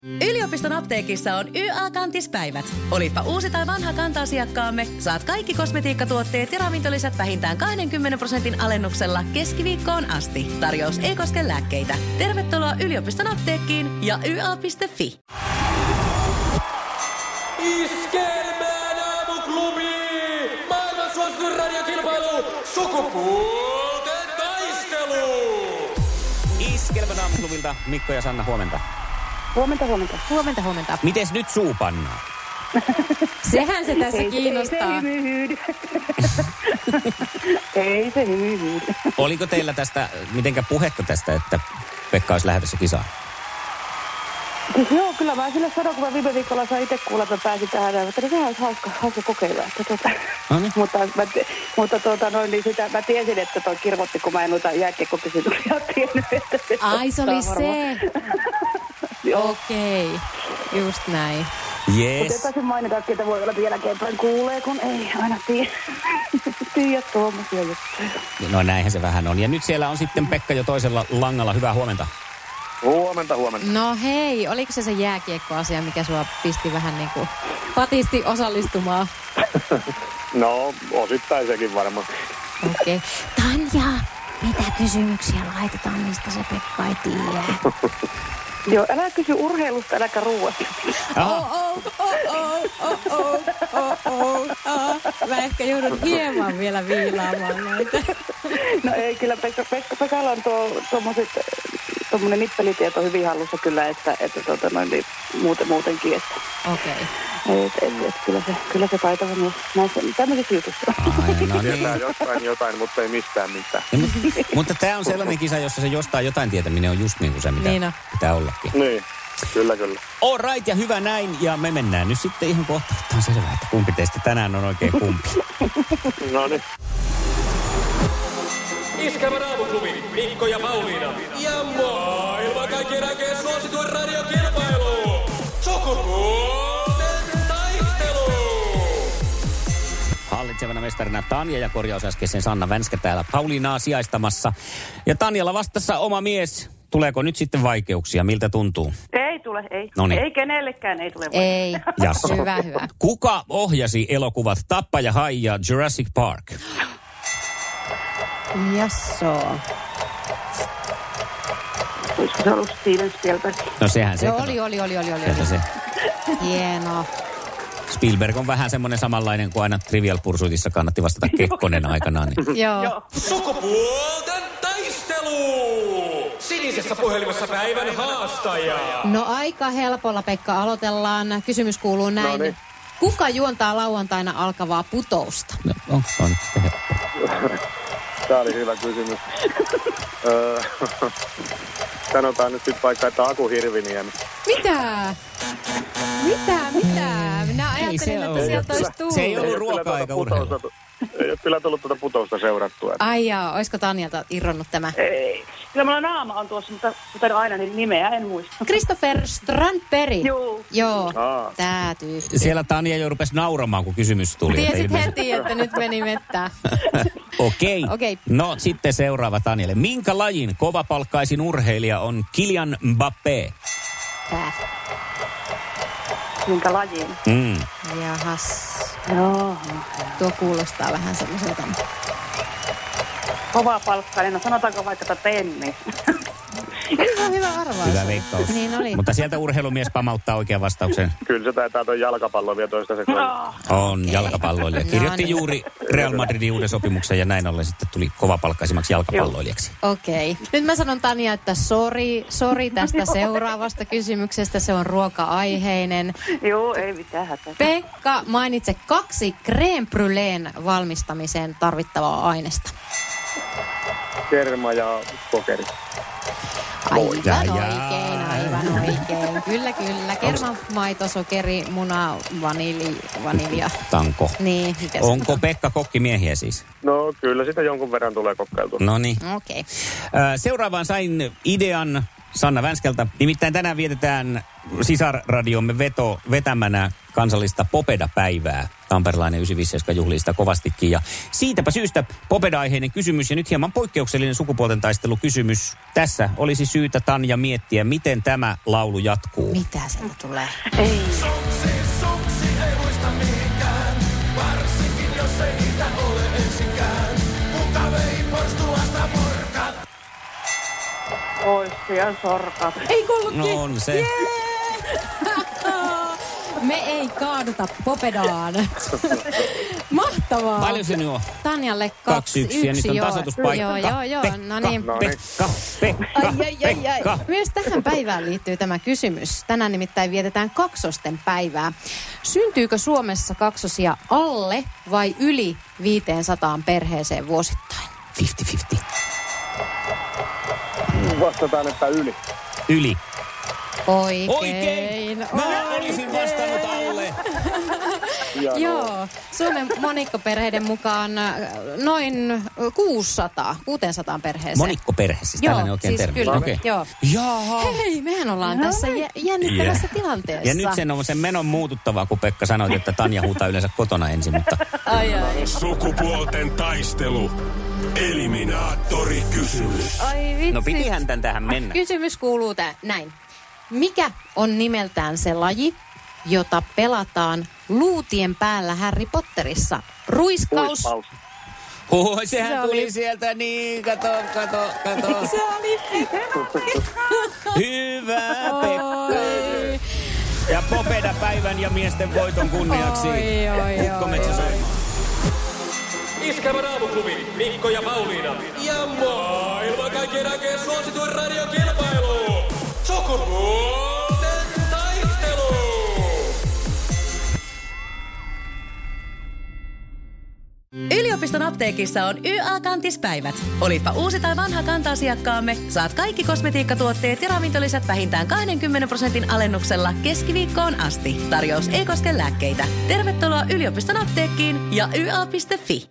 Yliopiston apteekissa on YA-kantispäivät. Olipa uusi tai vanha kanta-asiakkaamme, saat kaikki kosmetiikkatuotteet ja ravintolisät vähintään 20% alennuksella keskiviikkoon asti. Tarjous ei koske lääkkeitä. Tervetuloa yliopiston apteekkiin ja YA.fi. Iskelmään aamuklubi! Maailman suosituin radiokilpailu! Sukupuolten taistelu! Iskelmän aamuklubilta Mikko ja Sanna, huomenta. Huomenta. Mites nyt suu pannaan? Sehän se tässä kiinnostaa. Ei se hymyilyy. Oliko teillä tästä mitenkä puhetta tästä, että Pekka olisi lähdössä kisaan? Siis joo, kyllä mä sille sanoin, kun mä viime viikolla sain itse kuulla, että mä pääsin tähän, että sehän olisi hauska kokeilla. Noniin. Niin sitä mä tiesin, että toi kirvoitti, kun mä en noita jääkiekkokysymyksiä tiennyt. Ai, se oli se. Okei, just näin. Mutta Jees. ei pääsin mainita, että voi olla, että jälkeenpäin kuulee, kun ei aina tiedä tuommoisia juttuja. No näinhän se vähän on. Ja nyt siellä on sitten Pekka jo toisella langalla. Hyvää huomenta. Huomenta. No hei, oliko se jääkiekkoasia, mikä sua pisti vähän niin kuin patisti osallistumaan? No, osittain sekin varmaan. Okei. Tanja, mitä kysymyksiä laitetaan, mistä se Pekka ei tiedä? Joo, älä kysy urheilusta, äläkä ruuasta. Mä ehkä joudun hieman vielä viilaamaan näitä. No ei, kyllä Pekalla on tuommoinen nippelitieto hyvin hallussa kyllä, että niin, muutenkin, että... Okei. Kyllä se taitava mies näissä tämmöisissä jutuissa. Ai, no Tietää niin. jotain, mutta ei mistään mitään. Mutta tämä on sellainen kisa, jossa se jostain jotain tietäminen on just niin kuin se, mitä Niin on. pitää ollakin. Niin, kyllä. All right, ja hyvä näin. Ja me mennään nyt sitten ihan kohta. Tämä on selvää, että kumpi teistä tänään on oikein kumpi. No niin. Iskelmän aamuklubi, Mikko ja Pauliina. Ja maailman kaikkien aikeen suosituin radiokilpailu! Sukupuolten taistelu! Hallitsevana mestarina Tanja ja korjausäskeisen Sanna Vänskä täällä Pauliinaa sijaistamassa. Ja Tanjalla vastassa oma mies. Tuleeko nyt sitten vaikeuksia? Miltä tuntuu? Ei tule, ei. Noniin. Ei kenellekään, ei tule. Ei. Jasso. Hyvä. Kuka ohjasi elokuvat Tappaja Hai ja Jurassic Park? Jasso. Olisiko se ollut Steven Spielberg? No sehän se. Se oli. Sieltä se. Hieno. Spielberg on vähän semmoinen samanlainen kuin aina Trivial Pursuitissa kannatti vastata Kekkonen aikanaan. Niin. Joo. Sukupuolten taistelu! Sinisessä puhelimessa päivän haastaja. No aika helpolla, Pekka, aloitellaan. Kysymys kuuluu näin. Noniin. Kuka juontaa lauantaina alkavaa putousta? No, on nyt sitten helppo. Tämä oli hyvä kysymys. Sanotaan nyt sitten vaikka, että Aku Hirviniemi. Mitä? Minä ajattelin, että sieltä olisi tullut. Se ei ollut ruoka-aika urheilu. Ei ole kyllä tullut tuota putousta seurattua. Ai jaa, olisiko Tanjalta irronnut tämä? Ei. Kyllä mulla naama on tuossa, mutta kuten aina, niin nimeä en muista. Christopher Strandberg. Joo, Aa. tää tyyppi. Siellä Tanja jo rupesi nauramaan, kun kysymys tuli. Tiesit heti, että nyt meni mettään. Okei. No sitten seuraava Tanjalle. Minkä lajin kovapalkkaisin urheilija on Kylian Mbappé? Tää. Minkä lajin? Jahas. Joo. Tuo kuulostaa vähän semmoiselta. Kova palkkainen. No sanotaanko vaikka, että tennis. Hyvä arvaus. Hyvä veikkaus. Niin oli. Mutta sieltä urheilumies pamauttaa oikean vastauksen. Kyllä se taitaa tuon jalkapallon vielä toistaiseksi. On jalkapalloilija. Kirjoitti juuri Real Madridin uuden sopimuksen ja näin ollen sitten tuli kovapalkkaisimmaksi jalkapalloilijaksi. Okei. Nyt mä sanon Tanja, että sori tästä seuraavasta kysymyksestä. Se on ruoka-aiheinen. Joo, ei mitään hätää. Pekka, mainitse 2 crème brûlén valmistamiseen tarvittavaa ainesta. Kerma ja sokeri. Aivan oikein. Kyllä. Kerma, maito, sokeri, muna, vanilja. Tanko. Niin, miten Onko sanotaan? Pekka kokkimiehiä siis? No kyllä sitä jonkun verran tulee kokkailtua. No niin. Okei. Seuraavaan sain idean Sanna Vänskältä. Nimittäin tänään vietetään sisarradiomme vetämänä kansallista Popeda-päivää. Tamperelainen 957 juhlii sitä kovastikin. Ja siitäpä syystä Popeda-aiheinen kysymys ja nyt hieman poikkeuksellinen sukupuolten taistelukysymys. Tässä olisi syytä, Tanja, miettiä, miten tämä laulu jatkuu. Mitä sieltä tulee? Ei. Suksi ei muista mihinkään, varsinkin jos ei niitä ole ensinkään. Kuka vei pois tuosta porkat? Ois ja sorkat. Ei kuulukin. No on se. Me ei kaaduta Popedaan. Mahtavaa. Paljon se nyt on? Tanjalle 2-1 ja nyt on tasoituspaikka. Joo. No niin. Pekka. Ai. Myös tähän päivään liittyy tämä kysymys. Tänään nimittäin vietetään kaksosten päivää. Syntyykö Suomessa kaksosia alle vai yli 500 perheeseen vuosittain? 50-50. Vastataan, että yli. Yli. Oikein. Mä olisin vastannut alle. Joo, Suomen monikkoperheiden mukaan noin 600 perheeseen. Monikkoperhe, siis tällainen oikein siis termi. Kyllä, Okay. joo. Jaha. Hei, mehän ollaan tässä jännittävässä tilanteessa. Ja nyt sen menon muututtavaa, kun Pekka sanoi, että Tanja huutaa yleensä kotona ensin, mutta... Ai. Sukupuolten taistelu. Eliminaattori-kysymys. Ai vitsi. No pitihän tän tähän mennä. Kysymys kuuluu näin. Mikä on nimeltään se laji, jota pelataan luutien päällä Harry Potterissa? Ruiskaus. Sehän Se tuli oli- sieltä niin, kato. Se oli Hyvä, Pekka. Oi. Ja Popeda-päivän ja miesten voiton kunniaksi. Oi. Ukkometsä soimaan. Iskävä raamuklubi, Mikko ja Pauliina. Ja maailman kaikkien aikeen suosituen radiokilpailu. Sukupuolten taistelu. Yliopiston apteekissa on YA-kantispäivät. Olipa uusi tai vanha kanta-asiakkaamme, saat kaikki kosmetiikkatuotteet ja ravintolisät vähintään 20% alennuksella keskiviikkoon asti. Tarjous ei koske lääkkeitä. Tervetuloa yliopiston apteekkiin ja YA.fi.